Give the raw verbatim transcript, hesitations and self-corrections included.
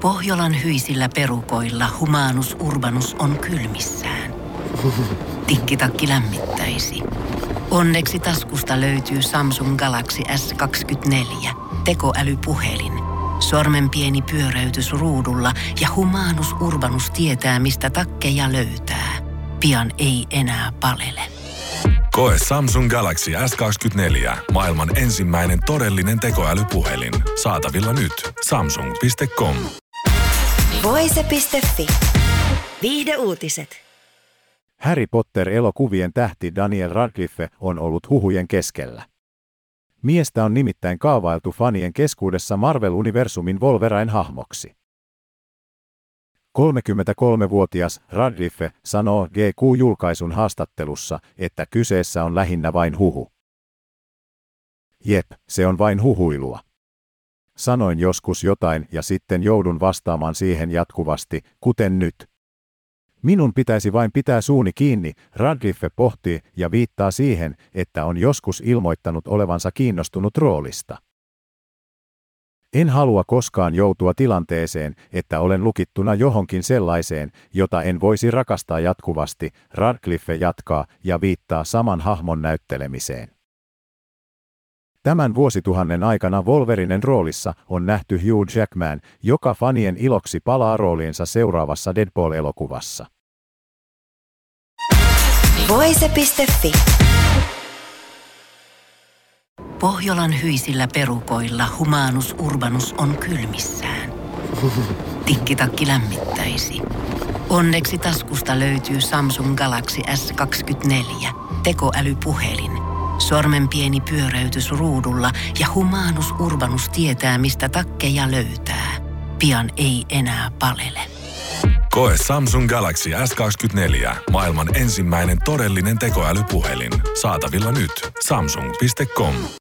Pohjolan hyisillä perukoilla Humanus Urbanus on kylmissään. Tikkitakki lämmittäisi. Onneksi taskusta löytyy Samsung Galaxy S kaksikymmentäneljä, tekoälypuhelin. Sormen pieni pyöräytys ruudulla ja Humanus Urbanus tietää, mistä takkeja löytää. Pian ei enää palele. Koe Samsung Galaxy S kaksikymmentäneljä, maailman ensimmäinen todellinen tekoälypuhelin. Saatavilla nyt. samsung piste com. Voise piste fi. Viihdeuutiset. Harry Potter-elokuvien tähti Daniel Radcliffe on ollut huhujen keskellä. Miestä on nimittäin kaavailtu fanien keskuudessa Marvel-universumin Wolverine-hahmoksi. kolmekymmentäkolmevuotias Radcliffe sanoo G Q-julkaisun haastattelussa, että kyseessä on lähinnä vain huhu. Jep, se on vain huhuilua. Sanoin joskus jotain ja sitten joudun vastaamaan siihen jatkuvasti, kuten nyt. Minun pitäisi vain pitää suuni kiinni, Radcliffe pohtii ja viittaa siihen, että on joskus ilmoittanut olevansa kiinnostunut roolista. En halua koskaan joutua tilanteeseen, että olen lukittuna johonkin sellaiseen, jota en voisi rakastaa jatkuvasti, Radcliffe jatkaa ja viittaa saman hahmon näyttelemiseen. Tämän vuosituhannen aikana Wolverinen roolissa on nähty Hugh Jackman, joka fanien iloksi palaa rooliinsa seuraavassa Deadpool-elokuvassa. Voise piste fi. Pohjolan hyisillä perukoilla Humanus Urbanus on kylmissään. Tikkitakki lämmittäisi. Onneksi taskusta löytyy Samsung Galaxy S kaksikymmentäneljä, tekoälypuhelin. Sormen pieni pyöräytys ruudulla ja Humanus Urbanus tietää, mistä takkeja löytää. Pian ei enää palele. Koe Samsung Galaxy S kaksikymmentäneljä, maailman ensimmäinen todellinen tekoälypuhelin. Saatavilla nyt. samsung piste com.